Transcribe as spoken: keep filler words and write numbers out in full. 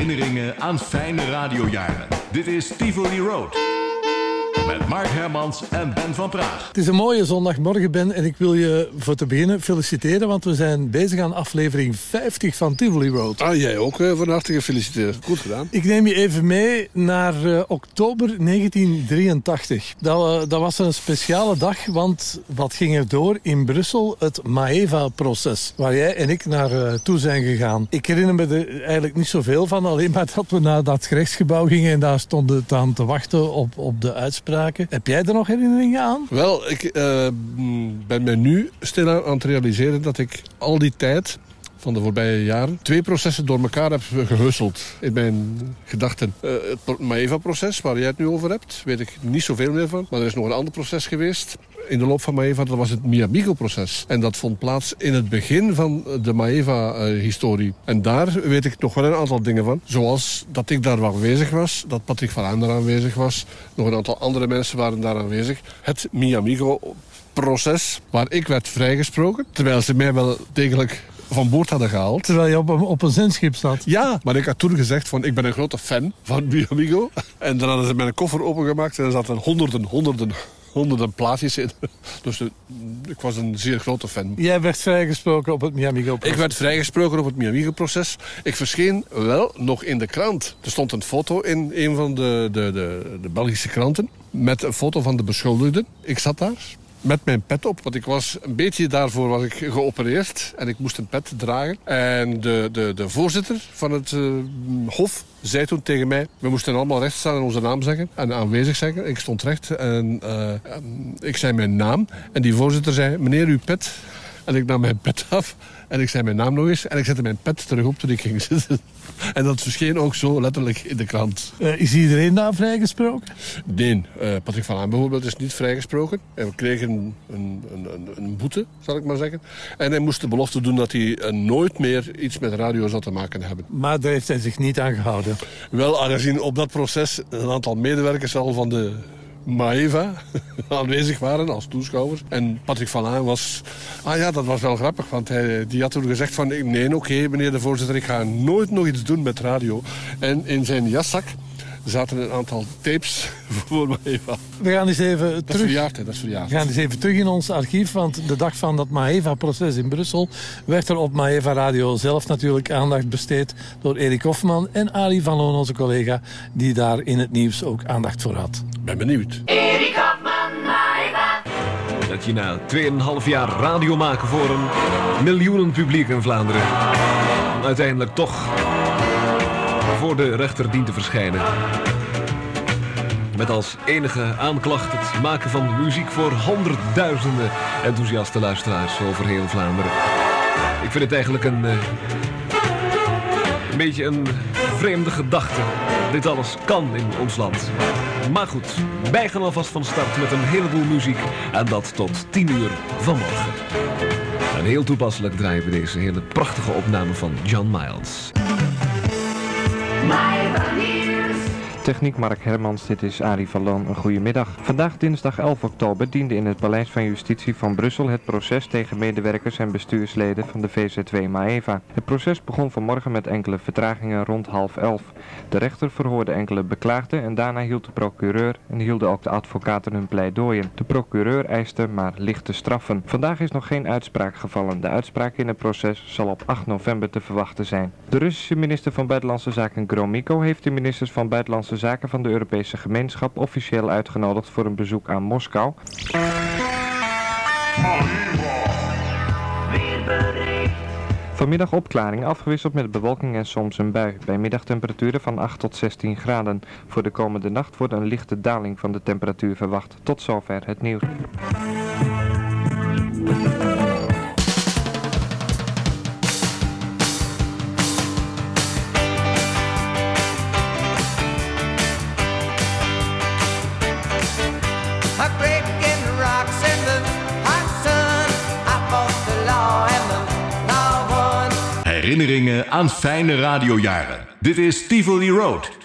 Herinneringen aan fijne radiojaren. Dit is Tivoli Road. Met Mark Hermans en Ben van Praag. Het is een mooie zondagmorgen, Ben. En ik wil je voor te beginnen feliciteren. Want we zijn bezig aan aflevering vijftig van Tivoli Road. Ah, jij ook uh, van harte gefeliciteerd. Goed gedaan. Ik neem je even mee naar uh, oktober negentien drieëntachtig. Dat, uh, dat was een speciale dag. Want wat ging er door in Brussel? Het Maeva-proces. Waar jij en ik naar uh, toe zijn gegaan. Ik herinner me er eigenlijk niet zoveel van. Alleen maar dat we naar dat gerechtsgebouw gingen. En daar stonden het aan te wachten op, op de uitspraak. Heb jij er nog herinneringen aan? Wel, ik uh, ben mij nu stilaan aan het realiseren dat ik al die tijd van de voorbije jaren twee processen door elkaar heb gehusseld in mijn gedachten. Uh, het Maeva-proces, waar jij het nu over hebt, weet ik niet zoveel meer van. Maar er is nog een ander proces geweest in de loop van Maeva, dat was het Mi-Amigo-proces. En dat vond plaats in het begin van de Maeva-historie. En daar weet ik nog wel een aantal dingen van. Zoals dat ik daar aanwezig was, dat Patrick van Aan daar aanwezig was. Nog een aantal andere mensen waren daar aanwezig. Het Mi-Amigo-proces, waar ik werd vrijgesproken, terwijl ze mij wel degelijk van boord hadden gehaald. Terwijl je op een, op een zendschip zat. Ja, maar ik had toen gezegd van ik ben een grote fan van Mi-Amigo. En dan hadden ze mijn koffer opengemaakt en er zaten honderden, honderden, honderden plaatjes in. Dus de, ik was een zeer grote fan. Jij werd vrijgesproken op het Mi-Amigo-proces. Ik werd vrijgesproken op het Mi-Amigo-proces. Ik verscheen wel nog in de krant. Er stond een foto in een van de, de, de, de Belgische kranten met een foto van de beschuldigden. Ik zat daar met mijn pet op, want ik was een beetje daarvoor was ik geopereerd en ik moest een pet dragen. En de, de, de voorzitter van het uh, hof zei toen tegen mij, we moesten allemaal recht staan en onze naam zeggen en aanwezig zeggen. Ik stond recht en uh, ik zei mijn naam en die voorzitter zei, meneer uw pet. En ik nam mijn pet af en ik zei mijn naam nog eens en ik zette mijn pet terug op toen ik ging zitten. En dat verscheen ook zo letterlijk in de krant. Uh, is iedereen daar vrijgesproken? Nee, uh, Patrick van Aan bijvoorbeeld is niet vrijgesproken. En we kregen een, een, een, een boete, zal ik maar zeggen. En hij moest de belofte doen dat hij uh, nooit meer iets met radio zou te maken hebben. Maar daar heeft hij zich niet aan gehouden? Wel, aangezien op dat proces een aantal medewerkers al van de Maeva aanwezig waren als toeschouwers. En Patrick van Aan was... Ah ja, dat was wel grappig, want hij die had toen gezegd van... Nee, oké, okay, meneer de voorzitter, ik ga nooit nog iets doen met radio. En in zijn jaszak zaten een aantal tapes voor Maeva. We gaan eens even dat terug... Is verjaard, hè, dat is verjaard. We gaan eens even terug in ons archief, want de dag van dat Maeva-proces in Brussel werd er op Maeva Radio zelf natuurlijk aandacht besteed door Erik Hofman en Arie van Loon, onze collega, die daar in het nieuws ook aandacht voor had. Ben benieuwd. Erik Hofman, Maeva. Dat je na tweeënhalf jaar radio maken voor een miljoenen publiek in Vlaanderen uiteindelijk toch voor de rechter dient te verschijnen. Met als enige aanklacht het maken van muziek voor honderdduizenden enthousiaste luisteraars over heel Vlaanderen. Ik vind het eigenlijk een, uh, een beetje een vreemde gedachte. Dit alles kan in ons land. Maar goed, wij gaan alvast van start met een heleboel muziek. En dat tot tien uur vanmorgen. En heel toepasselijk draaien we deze hele prachtige opname van John Miles. Techniek Mark Hermans, dit is Arie van Loon. Een goede middag. Vandaag dinsdag elf oktober diende in het Paleis van Justitie van Brussel het proces tegen medewerkers en bestuursleden van de V Z W Maeva. Het proces begon vanmorgen met enkele vertragingen rond half elf. De rechter verhoorde enkele beklaagden en daarna hield de procureur en hielden ook de advocaten hun pleidooien. De procureur eiste maar lichte straffen. Vandaag is nog geen uitspraak gevallen. De uitspraak in het proces zal op acht november te verwachten zijn. De Russische minister van Buitenlandse Zaken Gromyko heeft de ministers van Buitenlandse Zaken van de Europese Gemeenschap officieel uitgenodigd voor een bezoek aan Moskou. Vanmiddag opklaring, afgewisseld met bewolking en soms een bui. Bij middagtemperaturen van acht tot zestien graden. Voor de komende nacht wordt een lichte daling van de temperatuur verwacht. Tot zover het nieuws. Herinneringen aan fijne radiojaren. Dit is Tivoli Road.